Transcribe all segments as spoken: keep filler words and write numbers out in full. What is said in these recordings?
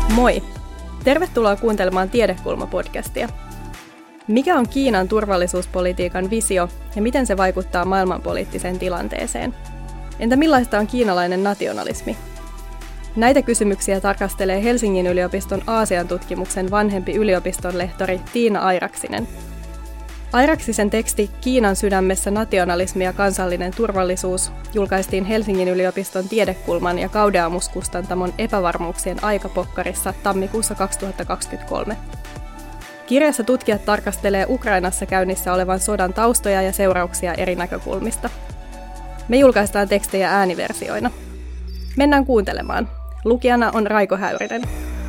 Moi! Tervetuloa kuuntelemaan Tiedekulma-podcastia. Mikä on Kiinan turvallisuuspolitiikan visio ja miten se vaikuttaa maailmanpoliittiseen tilanteeseen? Entä millaista on kiinalainen nationalismi? Näitä kysymyksiä tarkastelee Helsingin yliopiston Aasian tutkimuksen vanhempi yliopistonlehtori Tiina Airaksinen. Airaksisen teksti Kiinan sydämessä nationalismi ja kansallinen turvallisuus julkaistiin Helsingin yliopiston Tiedekulman ja Gaudeamus-kustantamon epävarmuuksien aikapokkarissa tammikuussa kaksituhattakaksikymmentäkolme. Kirjassa tutkijat tarkastelee Ukrainassa käynnissä olevan sodan taustoja ja seurauksia eri näkökulmista. Me julkaistaan tekstejä ääniversioina. Mennään kuuntelemaan. Lukijana on Raiko Häyrinen.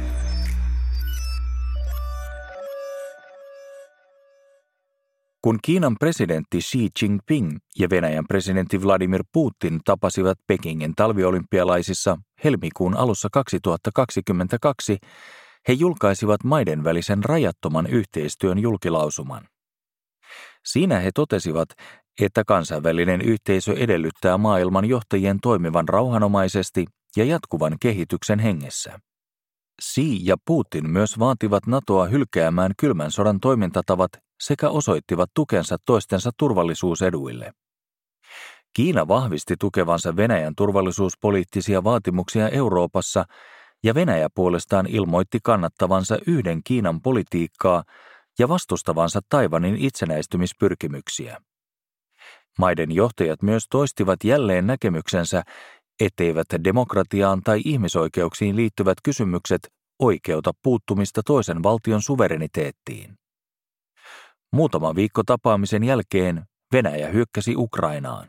Kun Kiinan presidentti Xi Jinping ja Venäjän presidentti Vladimir Putin tapasivat Pekingin talviolympialaisissa helmikuun alussa kaksituhattakaksikymmentäkaksi, he julkaisivat maiden välisen rajattoman yhteistyön julkilausuman. Siinä he totesivat, että kansainvälinen yhteisö edellyttää maailman johtajien toimivan rauhanomaisesti ja jatkuvan kehityksen hengessä. Xi ja Putin myös vaativat NATOa hylkäämään kylmän sodan toimintatavat sekä osoittivat tukensa toistensa turvallisuuseduille. Kiina vahvisti tukevansa Venäjän turvallisuuspoliittisia vaatimuksia Euroopassa ja Venäjä puolestaan ilmoitti kannattavansa yhden Kiinan politiikkaa ja vastustavansa Taiwanin itsenäistymispyrkimyksiä. Maiden johtajat myös toistivat jälleen näkemyksensä, etteivät demokratiaan tai ihmisoikeuksiin liittyvät kysymykset oikeuta puuttumista toisen valtion suvereniteettiin. Muutama viikko tapaamisen jälkeen Venäjä hyökkäsi Ukrainaan.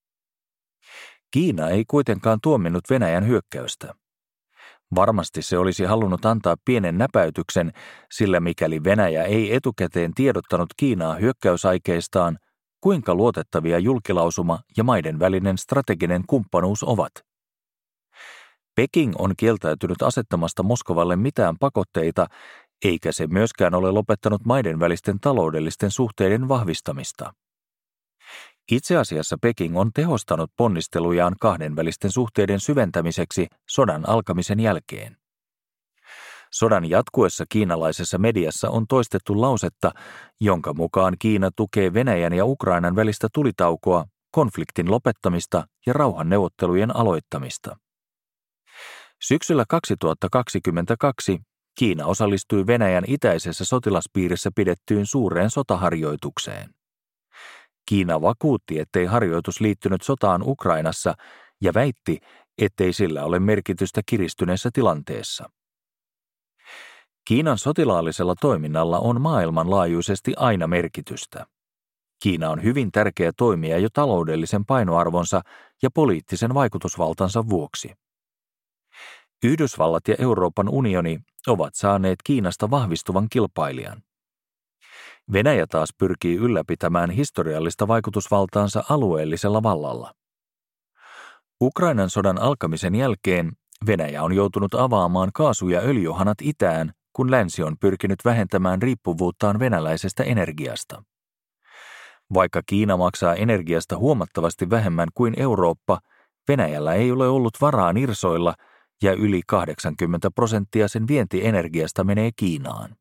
Kiina ei kuitenkaan tuominnut Venäjän hyökkäystä. Varmasti se olisi halunnut antaa pienen näpäytyksen, sillä mikäli Venäjä ei etukäteen tiedottanut Kiinaa hyökkäysaikeistaan, kuinka luotettavia julkilausuma ja maiden välinen strateginen kumppanuus ovat. Peking on kieltäytynyt asettamasta Moskovalle mitään pakotteita, eikä se myöskään ole lopettanut maiden välisten taloudellisten suhteiden vahvistamista. Itse asiassa Peking on tehostanut ponnistelujaan kahdenvälisten suhteiden syventämiseksi sodan alkamisen jälkeen. Sodan jatkuessa kiinalaisessa mediassa on toistettu lausetta, jonka mukaan Kiina tukee Venäjän ja Ukrainan välistä tulitaukoa, konfliktin lopettamista ja rauhanneuvottelujen aloittamista. Syksyllä kaksituhattakaksikymmentäkaksi Kiina osallistui Venäjän itäisessä sotilaspiirissä pidettyyn suureen sotaharjoitukseen. Kiina vakuutti, ettei harjoitus liittynyt sotaan Ukrainassa ja väitti, ettei sillä ole merkitystä kiristyneessä tilanteessa. Kiinan sotilaallisella toiminnalla on maailmanlaajuisesti aina merkitystä. Kiina on hyvin tärkeä toimija jo taloudellisen painoarvonsa ja poliittisen vaikutusvaltansa vuoksi. Yhdysvallat ja Euroopan unioni ovat saaneet Kiinasta vahvistuvan kilpailijan. Venäjä taas pyrkii ylläpitämään historiallista vaikutusvaltaansa alueellisella vallalla. Ukrainan sodan alkamisen jälkeen Venäjä on joutunut avaamaan kaasu- ja öljyhanat itään, kun länsi on pyrkinyt vähentämään riippuvuuttaan venäläisestä energiasta. Vaikka Kiina maksaa energiasta huomattavasti vähemmän kuin Eurooppa, Venäjällä ei ole ollut varaa nirsoilla ja yli kahdeksankymmentä prosenttia sen vientienergiasta menee Kiinaan.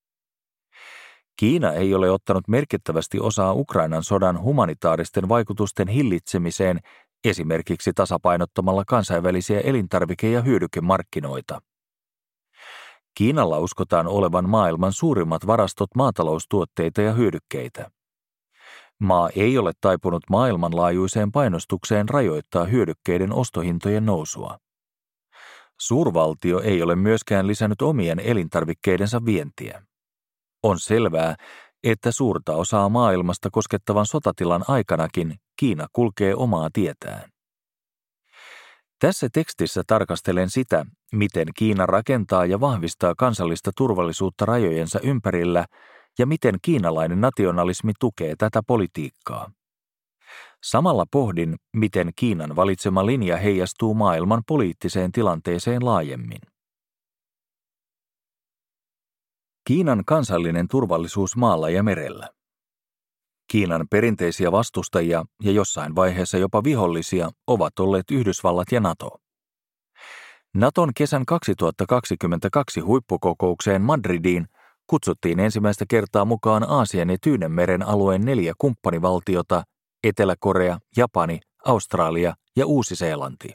Kiina ei ole ottanut merkittävästi osaa Ukrainan sodan humanitaaristen vaikutusten hillitsemiseen esimerkiksi tasapainottamalla kansainvälisiä elintarvike- ja hyödykemarkkinoita. Kiinalla uskotaan olevan maailman suurimmat varastot maataloustuotteita ja hyödykkeitä. Maa ei ole taipunut maailmanlaajuiseen painostukseen rajoittaa hyödykkeiden ostohintojen nousua. Suurvaltio ei ole myöskään lisännyt omien elintarvikkeidensa vientiä. On selvää, että suurta osaa maailmasta koskettavan sotatilan aikanakin Kiina kulkee omaa tietään. Tässä tekstissä tarkastelen sitä, miten Kiina rakentaa ja vahvistaa kansallista turvallisuutta rajojensa ympärillä ja miten kiinalainen nationalismi tukee tätä politiikkaa. Samalla pohdin, miten Kiinan valitsema linja heijastuu maailman poliittiseen tilanteeseen laajemmin. Kiinan kansallinen turvallisuus maalla ja merellä. Kiinan perinteisiä vastustajia ja jossain vaiheessa jopa vihollisia ovat olleet Yhdysvallat ja NATO. Naton kesän kaksituhattakaksikymmentäkaksi huippukokoukseen Madridiin kutsuttiin ensimmäistä kertaa mukaan Aasian ja Tyynenmeren alueen neljä kumppanivaltiota, Etelä-Korea, Japani, Australia ja Uusi-Seelanti.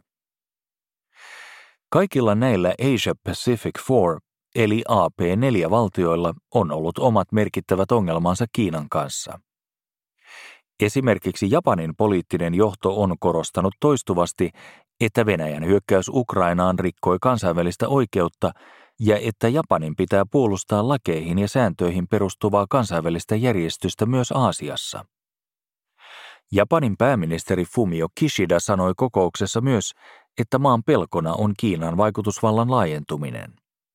Kaikilla näillä Asia Pacific Four eli A P neljä valtioilla on ollut omat merkittävät ongelmansa Kiinan kanssa. Esimerkiksi Japanin poliittinen johto on korostanut toistuvasti, että Venäjän hyökkäys Ukrainaan rikkoi kansainvälistä oikeutta ja että Japanin pitää puolustaa lakeihin ja sääntöihin perustuvaa kansainvälistä järjestystä myös Aasiassa. Japanin pääministeri Fumio Kishida sanoi kokouksessa myös, että maan pelkona on Kiinan vaikutusvallan laajentuminen.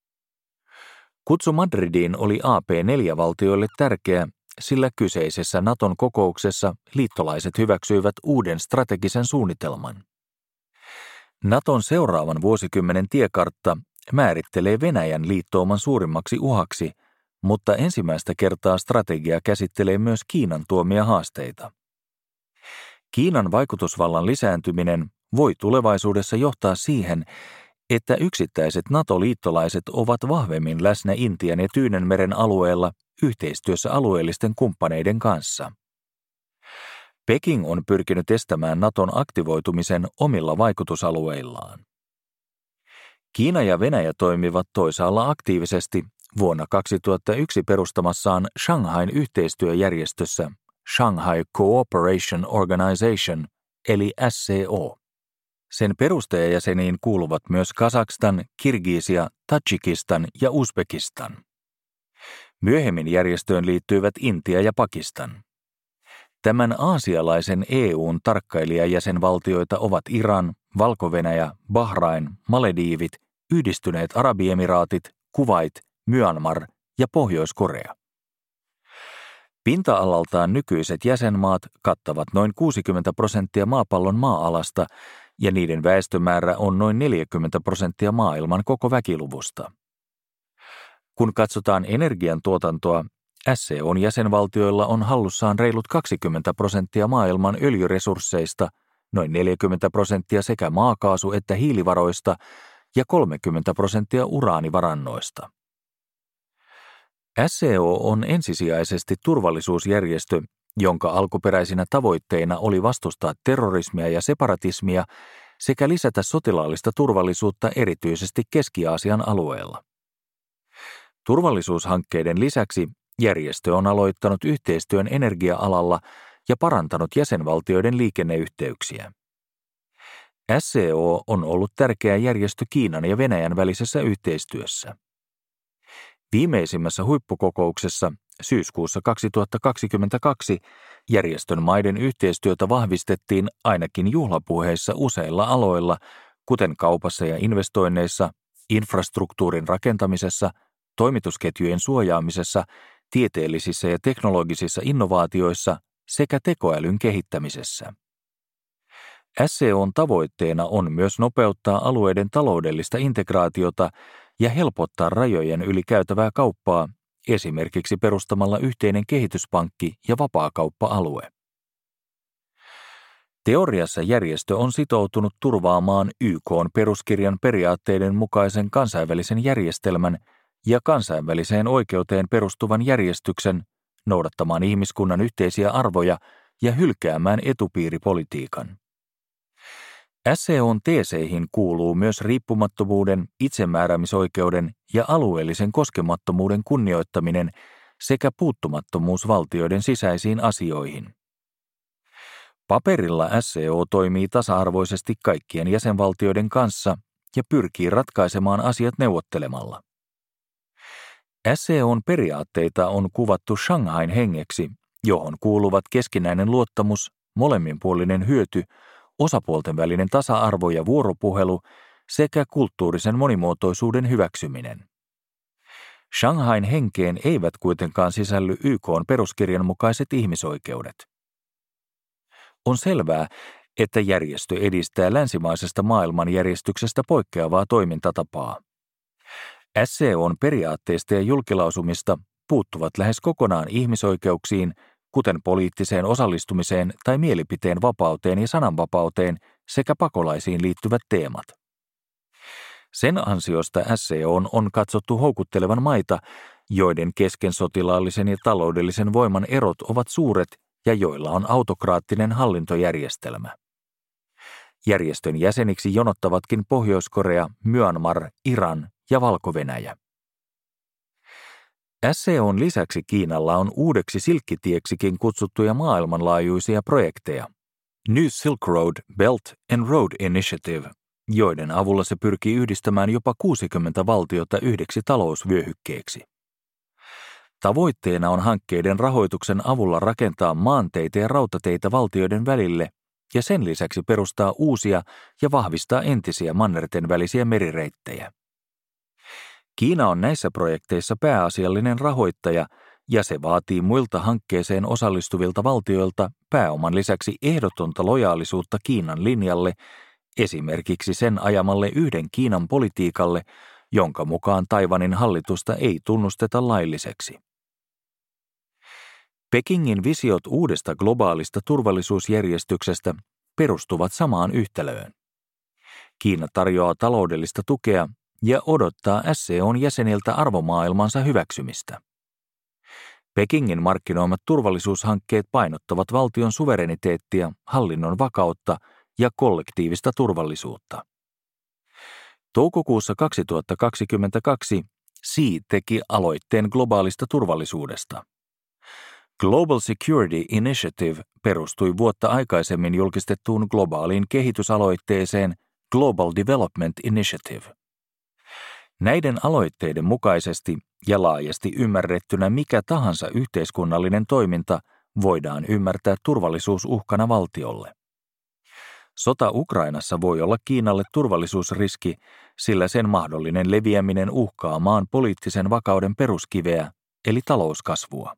Kutsu Madridiin oli A P neljä valtioille tärkeä, sillä kyseisessä Naton kokouksessa liittolaiset hyväksyivät uuden strategisen suunnitelman. Naton seuraavan vuosikymmenen tiekartta määrittelee Venäjän liittouman suurimmaksi uhaksi, mutta ensimmäistä kertaa strategia käsittelee myös Kiinan tuomia haasteita. Kiinan vaikutusvallan lisääntyminen voi tulevaisuudessa johtaa siihen, että yksittäiset NATO-liittolaiset ovat vahvemmin läsnä Intian ja Tyynenmeren alueella yhteistyössä alueellisten kumppaneiden kanssa. Peking on pyrkinyt estämään Naton aktivoitumisen omilla vaikutusalueillaan. Kiina ja Venäjä toimivat toisaalla aktiivisesti vuonna kaksituhattayksi perustamassaan Shanghain yhteistyöjärjestössä Shanghai Cooperation Organization eli S C O. Sen perustajajäseniin kuuluvat myös Kazakstan, Kirgisia, Tadžikistan ja Uzbekistan. Myöhemmin järjestöön liittyivät Intia ja Pakistan. Tämän aasialaisen E U:n tarkkailijajäsenvaltioita ovat Iran, Valko-Venäjä, Bahrain, Malediivit, Yhdistyneet Arabiemiraatit, Kuwait, Myanmar ja Pohjois-Korea. Pinta-alaltaan nykyiset jäsenmaat kattavat noin kuusikymmentä prosenttia maapallon maa-alasta ja niiden väestömäärä on noin neljäkymmentä prosenttia maailman koko väkiluvusta. Kun katsotaan energiantuotantoa, S C O:n jäsenvaltioilla on hallussaan reilut kaksikymmentä prosenttia maailman öljyresursseista, noin neljäkymmentä prosenttia sekä maakaasu- että hiilivaroista ja kolmekymmentä prosenttia uraanivarannoista. S C O on ensisijaisesti turvallisuusjärjestö, jonka alkuperäisinä tavoitteina oli vastustaa terrorismia ja separatismia sekä lisätä sotilaallista turvallisuutta erityisesti Keski-Aasian alueella. Turvallisuushankkeiden lisäksi järjestö on aloittanut yhteistyön energia-alalla ja parantanut jäsenvaltioiden liikenneyhteyksiä. S C O on ollut tärkeä järjestö Kiinan ja Venäjän välisessä yhteistyössä. Viimeisimmässä huippukokouksessa syyskuussa kaksituhattakaksikymmentäkaksi järjestön maiden yhteistyötä vahvistettiin ainakin juhlapuheissa useilla aloilla, kuten kaupassa ja investoinneissa, infrastruktuurin rakentamisessa, toimitusketjujen suojaamisessa, tieteellisissä ja teknologisissa innovaatioissa sekä tekoälyn kehittämisessä. S C O:n tavoitteena on myös nopeuttaa alueiden taloudellista integraatiota ja helpottaa rajojen yli käytävää kauppaa, esimerkiksi perustamalla yhteinen kehityspankki ja vapaakauppa-alue. Teoriassa järjestö on sitoutunut turvaamaan Y K:n peruskirjan periaatteiden mukaisen kansainvälisen järjestelmän ja kansainväliseen oikeuteen perustuvan järjestyksen, noudattamaan ihmiskunnan yhteisiä arvoja ja hylkäämään etupiiripolitiikan. S C O:n teeseihin kuuluu myös riippumattomuuden, itsemääräämisoikeuden ja alueellisen koskemattomuuden kunnioittaminen sekä puuttumattomuus valtioiden sisäisiin asioihin. Paperilla S C O toimii tasa-arvoisesti kaikkien jäsenvaltioiden kanssa ja pyrkii ratkaisemaan asiat neuvottelemalla. S C O:n periaatteita on kuvattu Shanghain hengeksi, johon kuuluvat keskinäinen luottamus, molemminpuolinen hyöty, osapuolten välinen tasa-arvo ja vuoropuhelu sekä kulttuurisen monimuotoisuuden hyväksyminen. Shanghain henkeen eivät kuitenkaan sisälly Y K:n peruskirjan mukaiset ihmisoikeudet. On selvää, että järjestö edistää länsimaisesta maailmanjärjestyksestä poikkeavaa toimintatapaa. S C O:n periaatteista ja julkilausumista puuttuvat lähes kokonaan ihmisoikeuksiin, kuten poliittiseen osallistumiseen tai mielipiteen vapauteen ja sananvapauteen sekä pakolaisiin liittyvät teemat. Sen ansiosta S C O:n on katsottu houkuttelevan maita, joiden kesken sotilaallisen ja taloudellisen voiman erot ovat suuret ja joilla on autokraattinen hallintojärjestelmä. Järjestön jäseniksi jonottavatkin Pohjois-Korea, Myanmar, Iran ja Valko-Venäjä. S C O:n lisäksi Kiinalla on uudeksi silkkitieksikin kutsuttuja maailmanlaajuisia projekteja, New Silk Road, Belt and Road Initiative, joiden avulla se pyrkii yhdistämään jopa kuusikymmentä valtiota yhdeksi talousvyöhykkeeksi. Tavoitteena on hankkeiden rahoituksen avulla rakentaa maanteitä ja rautateitä valtioiden välille ja sen lisäksi perustaa uusia ja vahvistaa entisiä mannerten välisiä merireittejä. Kiina on näissä projekteissa pääasiallinen rahoittaja ja se vaatii muilta hankkeeseen osallistuvilta valtioilta pääoman lisäksi ehdotonta lojaalisuutta Kiinan linjalle, esimerkiksi sen ajamalle yhden Kiinan politiikalle, jonka mukaan Taiwanin hallitusta ei tunnusteta lailliseksi. Pekingin visiot uudesta globaalista turvallisuusjärjestyksestä perustuvat samaan yhtälöön. Kiina tarjoaa taloudellista tukea ja odottaa S C O:n jäseniltä arvomaailmansa hyväksymistä. Pekingin markkinoimat turvallisuushankkeet painottavat valtion suvereniteettia, hallinnon vakautta ja kollektiivista turvallisuutta. Toukokuussa kaksituhattakaksikymmentäkaksi Xi teki aloitteen globaalista turvallisuudesta. Global Security Initiative perustui vuotta aikaisemmin julkistettuun globaaliin kehitysaloitteeseen Global Development Initiative. Näiden aloitteiden mukaisesti ja laajasti ymmärrettynä mikä tahansa yhteiskunnallinen toiminta voidaan ymmärtää turvallisuusuhkana valtiolle. Sota Ukrainassa voi olla Kiinalle turvallisuusriski, sillä sen mahdollinen leviäminen uhkaa maan poliittisen vakauden peruskiveä, eli talouskasvua.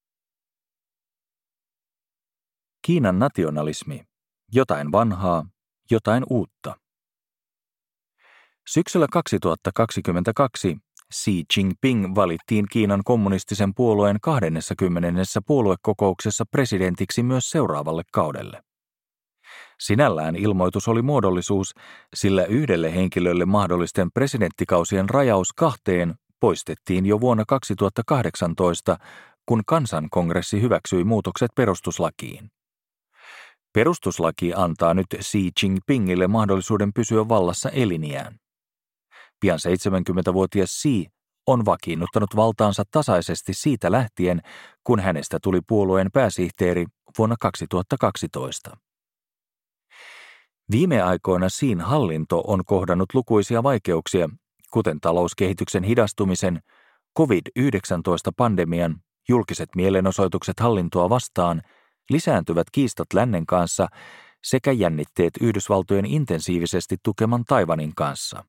Kiinan nationalismi. Jotain vanhaa, jotain uutta. Syksyllä kaksituhattakaksikymmentäkaksi Xi Jinping valittiin Kiinan kommunistisen puolueen kahdennessakymmenennessä puoluekokouksessa presidentiksi myös seuraavalle kaudelle. Sinällään ilmoitus oli muodollisuus, sillä yhdelle henkilölle mahdollisten presidenttikausien rajaus kahteen poistettiin jo vuonna kaksituhattakahdeksantoista, kun kansankongressi hyväksyi muutokset perustuslakiin. Perustuslaki antaa nyt Xi Jinpingille mahdollisuuden pysyä vallassa eliniään. Pian seitsemänkymmentävuotias Xi on vakiinnuttanut valtaansa tasaisesti siitä lähtien, kun hänestä tuli puolueen pääsihteeri vuonna kaksituhattakaksitoista. Viime aikoina Xin hallinto on kohdannut lukuisia vaikeuksia, kuten talouskehityksen hidastumisen, covid yhdeksäntoista-pandemian, julkiset mielenosoitukset hallintoa vastaan, lisääntyvät kiistat lännen kanssa sekä jännitteet Yhdysvaltojen intensiivisesti tukeman Taiwanin kanssa.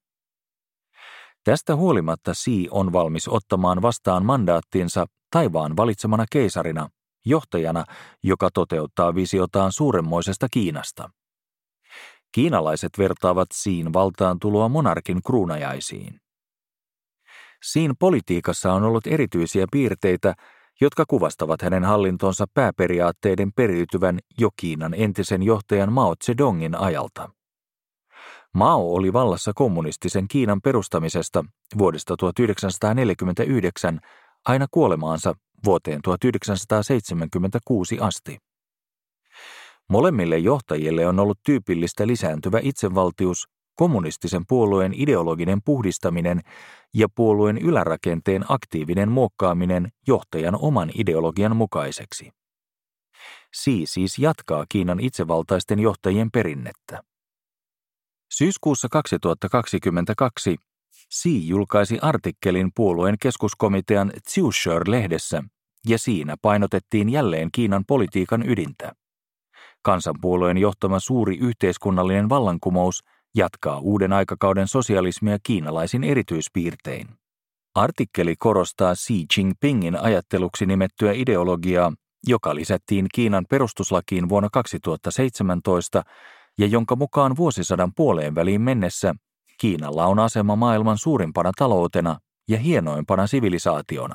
Tästä huolimatta Xi on valmis ottamaan vastaan mandaattinsa Taivaan valitsemana keisarina, johtajana, joka toteuttaa visiotaan suuremmoisesta Kiinasta. Kiinalaiset vertaavat Xin valtaan tuloa monarkin kruunajaisiin. Xin politiikassa on ollut erityisiä piirteitä, jotka kuvastavat hänen hallintonsa pääperiaatteiden periytyvän jo Kiinan entisen johtajan Mao Zedongin ajalta. Mao oli vallassa kommunistisen Kiinan perustamisesta vuodesta tuhatyhdeksänsataaneljäkymmentäyhdeksän aina kuolemaansa vuoteen tuhatyhdeksänsataaseitsemänkymmentäkuusi asti. Molemmille johtajille on ollut tyypillistä lisääntyvä itsevaltius, kommunistisen puolueen ideologinen puhdistaminen ja puolueen ylärakenteen aktiivinen muokkaaminen johtajan oman ideologian mukaiseksi. Xi siis jatkaa Kiinan itsevaltaisten johtajien perinnettä. Syyskuussa kaksituhattakaksikymmentäkaksi Xi julkaisi artikkelin puolueen keskuskomitean Zhuozhou-lehdessä ja siinä painotettiin jälleen Kiinan politiikan ydintä. Kansanpuolueen johtama suuri yhteiskunnallinen vallankumous jatkaa uuden aikakauden sosialismia kiinalaisin erityispiirtein. Artikkeli korostaa Xi Jinpingin ajatteluksi nimettyä ideologiaa, joka lisättiin Kiinan perustuslakiin vuonna kaksituhattaseitsemäntoista ja jonka mukaan vuosisadan puoleen väliin mennessä Kiinalla on asema maailman suurimpana taloutena ja hienoimpana sivilisaationa.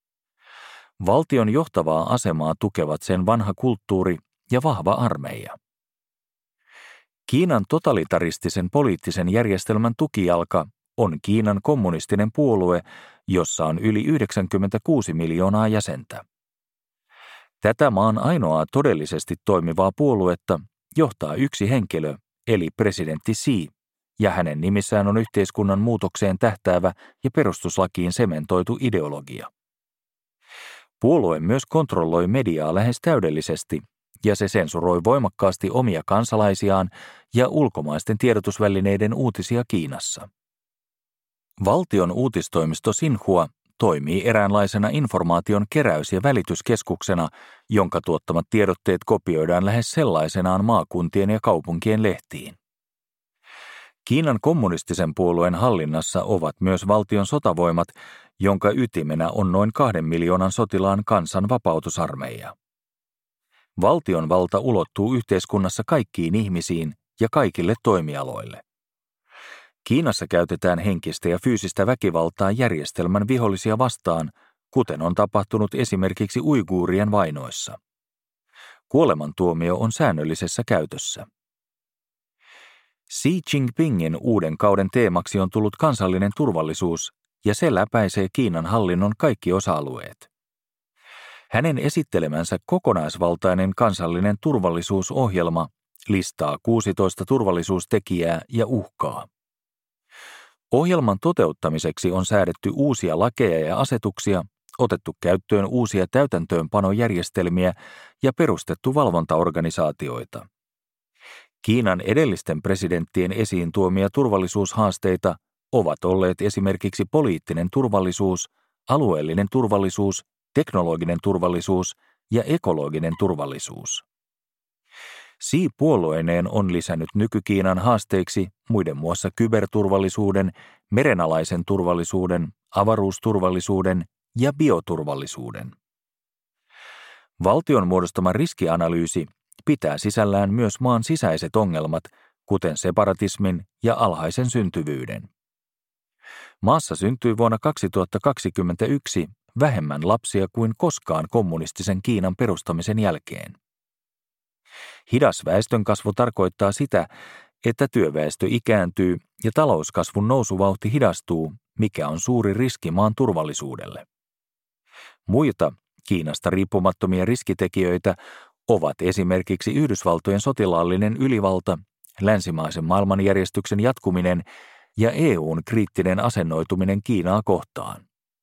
Valtion johtavaa asemaa tukevat sen vanha kulttuuri ja vahva armeija. Kiinan totalitaristisen poliittisen järjestelmän tukijalka on Kiinan kommunistinen puolue, jossa on yli yhdeksänkymmentäkuusi miljoonaa jäsentä. Tätä maan ainoaa todellisesti toimivaa puoluetta johtaa yksi henkilö, eli presidentti Xi, ja hänen nimissään on yhteiskunnan muutokseen tähtäävä ja perustuslakiin sementoitu ideologia. Puolue myös kontrolloi mediaa lähes täydellisesti, ja se sensuroi voimakkaasti omia kansalaisiaan ja ulkomaisten tiedotusvälineiden uutisia Kiinassa. Valtion uutistoimisto Xinhua toimii eräänlaisena informaation keräys- ja välityskeskuksena, jonka tuottamat tiedotteet kopioidaan lähes sellaisenaan maakuntien ja kaupunkien lehtiin. Kiinan kommunistisen puolueen hallinnassa ovat myös valtion sotavoimat, jonka ytimenä on noin kahden miljoonan sotilaan kansan vapautusarmeija. Valtion valta ulottuu yhteiskunnassa kaikkiin ihmisiin ja kaikille toimialoille. Kiinassa käytetään henkistä ja fyysistä väkivaltaa järjestelmän vihollisia vastaan, kuten on tapahtunut esimerkiksi uiguurien vainoissa. Kuolemantuomio on säännöllisessä käytössä. Xi Jinpingin uuden kauden teemaksi on tullut kansallinen turvallisuus, ja se läpäisee Kiinan hallinnon kaikki osa-alueet. Hänen esittelemänsä kokonaisvaltainen kansallinen turvallisuusohjelma listaa kuusitoista turvallisuustekijää ja uhkaa. Ohjelman toteuttamiseksi on säädetty uusia lakeja ja asetuksia, otettu käyttöön uusia täytäntöönpanojärjestelmiä ja perustettu valvontaorganisaatioita. Kiinan edellisten presidenttien esiin tuomia turvallisuushaasteita ovat olleet esimerkiksi poliittinen turvallisuus, alueellinen turvallisuus, teknologinen turvallisuus ja ekologinen turvallisuus. Xi puolueineen on lisännyt nyky-Kiinan haasteiksi muiden muassa kyberturvallisuuden, merenalaisen turvallisuuden, avaruusturvallisuuden ja bioturvallisuuden. Valtion muodostama riskianalyysi pitää sisällään myös maan sisäiset ongelmat, kuten separatismin ja alhaisen syntyvyyden. Maassa syntyi vuonna kaksituhattakaksikymmentäyksi vähemmän lapsia kuin koskaan kommunistisen Kiinan perustamisen jälkeen. Hidas väestönkasvu tarkoittaa sitä, että työväestö ikääntyy ja talouskasvun nousuvauhti hidastuu, mikä on suuri riski maan turvallisuudelle. Muita Kiinasta riippumattomia riskitekijöitä ovat esimerkiksi Yhdysvaltojen sotilaallinen ylivalta, länsimaisen maailmanjärjestyksen jatkuminen ja E U:n kriittinen asennoituminen Kiinaa kohtaan.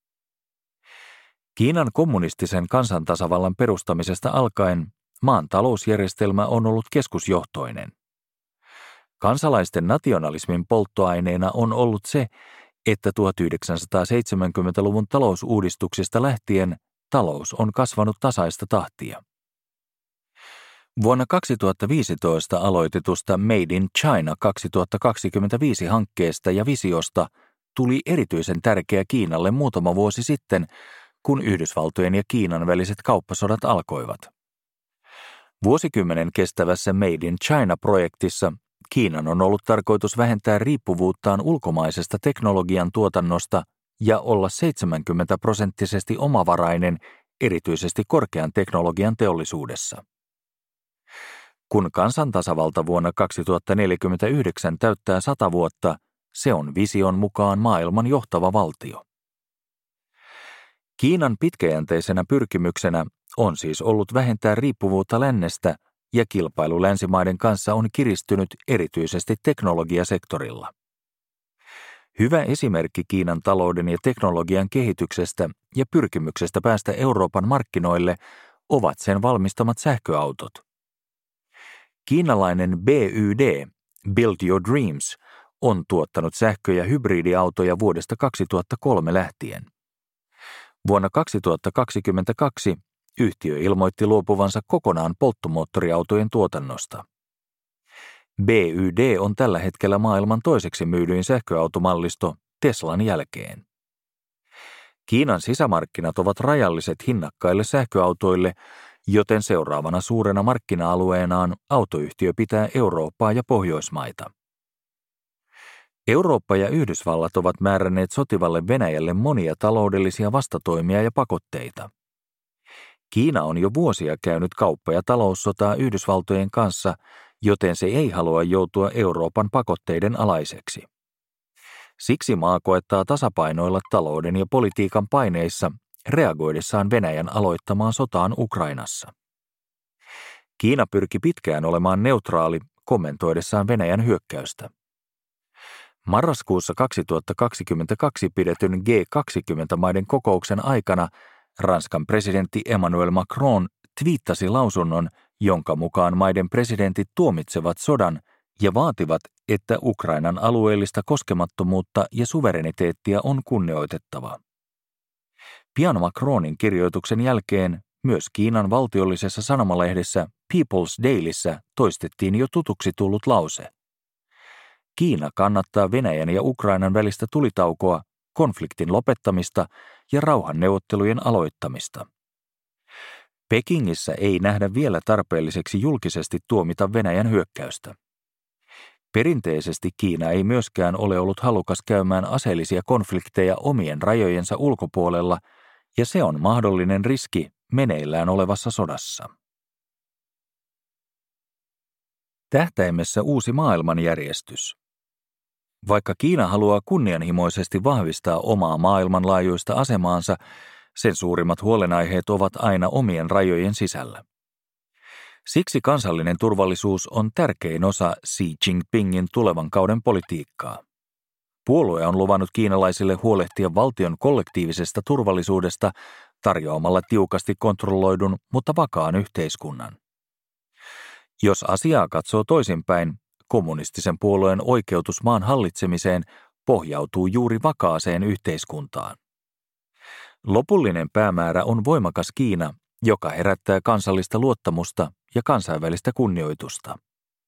Kiinan kommunistisen kansantasavallan perustamisesta alkaen maan talousjärjestelmä on ollut keskusjohtoinen. Kansalaisten nationalismin polttoaineena on ollut se, että tuhatyhdeksänsataaseitsemänkymmentäluvun talousuudistuksista lähtien talous on kasvanut tasaista tahtia. Vuonna kaksituhattaviisitoista aloitetusta Made in China kaksituhattakaksikymmentäviisi hankkeesta ja visiosta tuli erityisen tärkeä Kiinalle muutama vuosi sitten, kun Yhdysvaltojen ja Kiinan väliset kauppasodat alkoivat. Vuosikymmenen kestävässä Made in China-projektissa Kiinan on ollut tarkoitus vähentää riippuvuuttaan ulkomaisesta teknologian tuotannosta ja olla seitsemänkymmentä prosenttisesti omavarainen erityisesti korkean teknologian teollisuudessa. Kun kansantasavalta vuonna kaksituhattaneljäkymmentäyhdeksän täyttää sata vuotta, se on vision mukaan maailman johtava valtio. Kiinan pitkäjänteisenä pyrkimyksenä on siis ollut vähentää riippuvuutta lännestä ja kilpailu länsimaiden kanssa on kiristynyt erityisesti teknologiasektorilla. Hyvä esimerkki Kiinan talouden ja teknologian kehityksestä ja pyrkimyksestä päästä Euroopan markkinoille ovat sen valmistamat sähköautot. Kiinalainen B Y D, Build Your Dreams, on tuottanut sähkö- ja hybridiautoja vuodesta kaksituhattakolme lähtien. Vuonna kaksituhattakaksikymmentäkaksi yhtiö ilmoitti luopuvansa kokonaan polttomoottoriautojen tuotannosta. B Y D on tällä hetkellä maailman toiseksi myydyin sähköautomallisto Teslan jälkeen. Kiinan sisämarkkinat ovat rajalliset hinnakkaille sähköautoille, joten seuraavana suurena markkina-alueenaan autoyhtiö pitää Eurooppaa ja Pohjoismaita. Eurooppa ja Yhdysvallat ovat määränneet sotivalle Venäjälle monia taloudellisia vastatoimia ja pakotteita. Kiina on jo vuosia käynyt kauppa- ja taloussotaa Yhdysvaltojen kanssa, joten se ei halua joutua Euroopan pakotteiden alaiseksi. Siksi maa koettaa tasapainoilla talouden ja politiikan paineissa reagoidessaan Venäjän aloittamaan sotaan Ukrainassa. Kiina pyrki pitkään olemaan neutraali kommentoidessaan Venäjän hyökkäystä. Marraskuussa kaksituhattakaksikymmentäkaksi pidetyn G kaksikymmentä-maiden kokouksen aikana Ranskan presidentti Emmanuel Macron twiittasi lausunnon, jonka mukaan maiden presidentit tuomitsevat sodan ja vaativat, että Ukrainan alueellista koskemattomuutta ja suvereniteettia on kunnioitettava. Pian Macronin kirjoituksen jälkeen myös Kiinan valtiollisessa sanomalehdessä People's Dailyssä toistettiin jo tutuksi tullut lause. Kiina kannattaa Venäjän ja Ukrainan välistä tulitaukoa, konfliktin lopettamista ja rauhanneuvottelujen aloittamista. Pekingissä ei nähdä vielä tarpeelliseksi julkisesti tuomita Venäjän hyökkäystä. Perinteisesti Kiina ei myöskään ole ollut halukas käymään aseellisia konflikteja omien rajojensa ulkopuolella, ja se on mahdollinen riski meneillään olevassa sodassa. Tähtäimessä uusi maailmanjärjestys. Vaikka Kiina haluaa kunnianhimoisesti vahvistaa omaa maailmanlaajuista asemaansa, sen suurimmat huolenaiheet ovat aina omien rajojen sisällä. Siksi kansallinen turvallisuus on tärkein osa Xi Jinpingin tulevan kauden politiikkaa. Puolue on luvannut kiinalaisille huolehtia valtion kollektiivisesta turvallisuudesta tarjoamalla tiukasti kontrolloidun, mutta vakaan yhteiskunnan. Jos asiaa katsoo toisinpäin, kommunistisen puolueen oikeutus maan hallitsemiseen pohjautuu juuri vakaaseen yhteiskuntaan. Lopullinen päämäärä on voimakas Kiina, joka herättää kansallista luottamusta ja kansainvälistä kunnioitusta.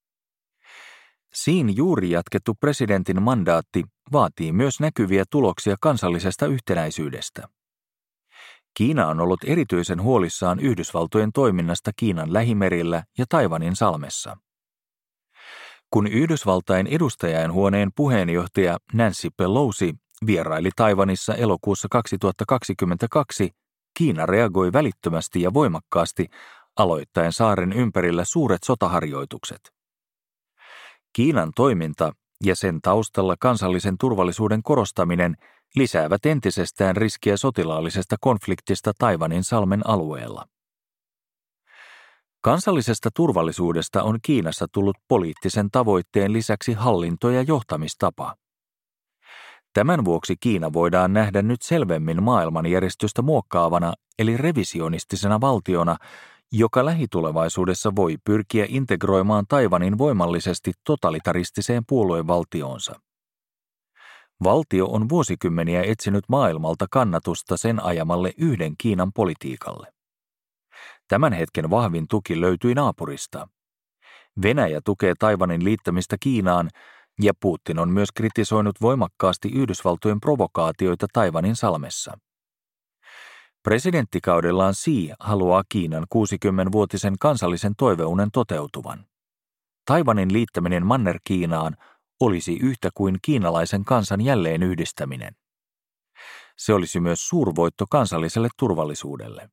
Siin juuri jatkettu presidentin mandaatti vaatii myös näkyviä tuloksia kansallisesta yhtenäisyydestä. Kiina on ollut erityisen huolissaan Yhdysvaltojen toiminnasta Kiinan lähimerillä ja Taiwanin salmessa. Kun Yhdysvaltain edustajainhuoneen puheenjohtaja Nancy Pelosi vieraili Taiwanissa elokuussa kaksituhattakaksikymmentäkaksi, Kiina reagoi välittömästi ja voimakkaasti, aloittaen saaren ympärillä suuret sotaharjoitukset. Kiinan toiminta ja sen taustalla kansallisen turvallisuuden korostaminen lisäävät entisestään riskiä sotilaallisesta konfliktista Taiwanin salmen alueella. Kansallisesta turvallisuudesta on Kiinassa tullut poliittisen tavoitteen lisäksi hallinto- ja johtamistapa. Tämän vuoksi Kiina voidaan nähdä nyt selvemmin maailmanjärjestystä muokkaavana eli revisionistisena valtiona, joka lähitulevaisuudessa voi pyrkiä integroimaan Taiwanin voimallisesti totalitaristiseen puoluevaltioonsa. Valtio on vuosikymmeniä etsinyt maailmalta kannatusta sen ajamalle yhden Kiinan politiikalle. Tämän hetken vahvin tuki löytyi naapurista. Venäjä tukee Taiwanin liittämistä Kiinaan, ja Putin on myös kritisoinut voimakkaasti Yhdysvaltojen provokaatioita Taiwanin salmessa. Presidenttikaudellaan Xi haluaa Kiinan kuusikymmenvuotisen kansallisen toiveunen toteutuvan. Taiwanin liittäminen Manner-Kiinaan olisi yhtä kuin kiinalaisen kansan jälleen yhdistäminen. Se olisi myös suurvoitto kansalliselle turvallisuudelle.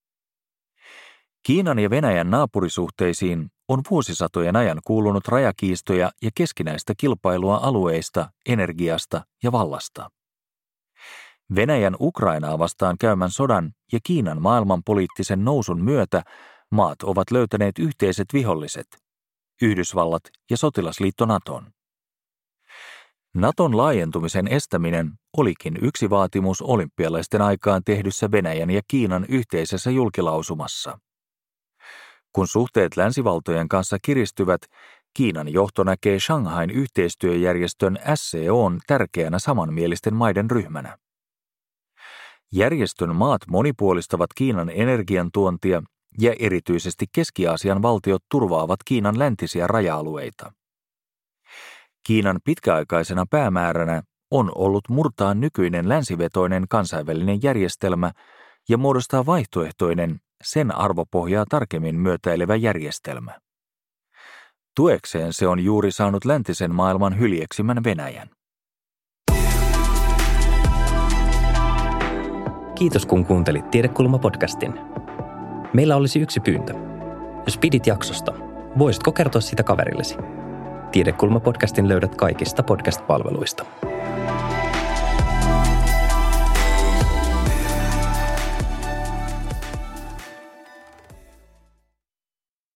Kiinan ja Venäjän naapurisuhteisiin on vuosisatojen ajan kuulunut rajakiistoja ja keskinäistä kilpailua alueista, energiasta ja vallasta. Venäjän Ukrainaa vastaan käymän sodan ja Kiinan maailmanpoliittisen nousun myötä maat ovat löytäneet yhteiset viholliset, Yhdysvallat ja sotilasliitto Naton. Naton laajentumisen estäminen olikin yksi vaatimus olympialaisten aikaan tehdyssä Venäjän ja Kiinan yhteisessä julkilausumassa. Kun suhteet länsivaltojen kanssa kiristyvät, Kiinan johto näkee Shanghain yhteistyöjärjestön S C O:n tärkeänä samanmielisten maiden ryhmänä. Järjestön maat monipuolistavat Kiinan energiantuontia ja erityisesti Keski-Aasian valtiot turvaavat Kiinan läntisiä raja-alueita. Kiinan pitkäaikaisena päämääränä on ollut murtaa nykyinen länsivetoinen kansainvälinen järjestelmä ja muodostaa vaihtoehtoinen, sen arvopohjaa tarkemmin myötäilevä järjestelmä. Tuekseen se on juuri saanut läntisen maailman hyljeksimän Venäjän. Kiitos kun kuuntelit Tiedekulma-podcastin. Meillä olisi yksi pyyntö. Jos pidit jaksosta, voisitko kertoa sitä kaverillesi? Tiedekulma-podcastin löydät kaikista podcast-palveluista.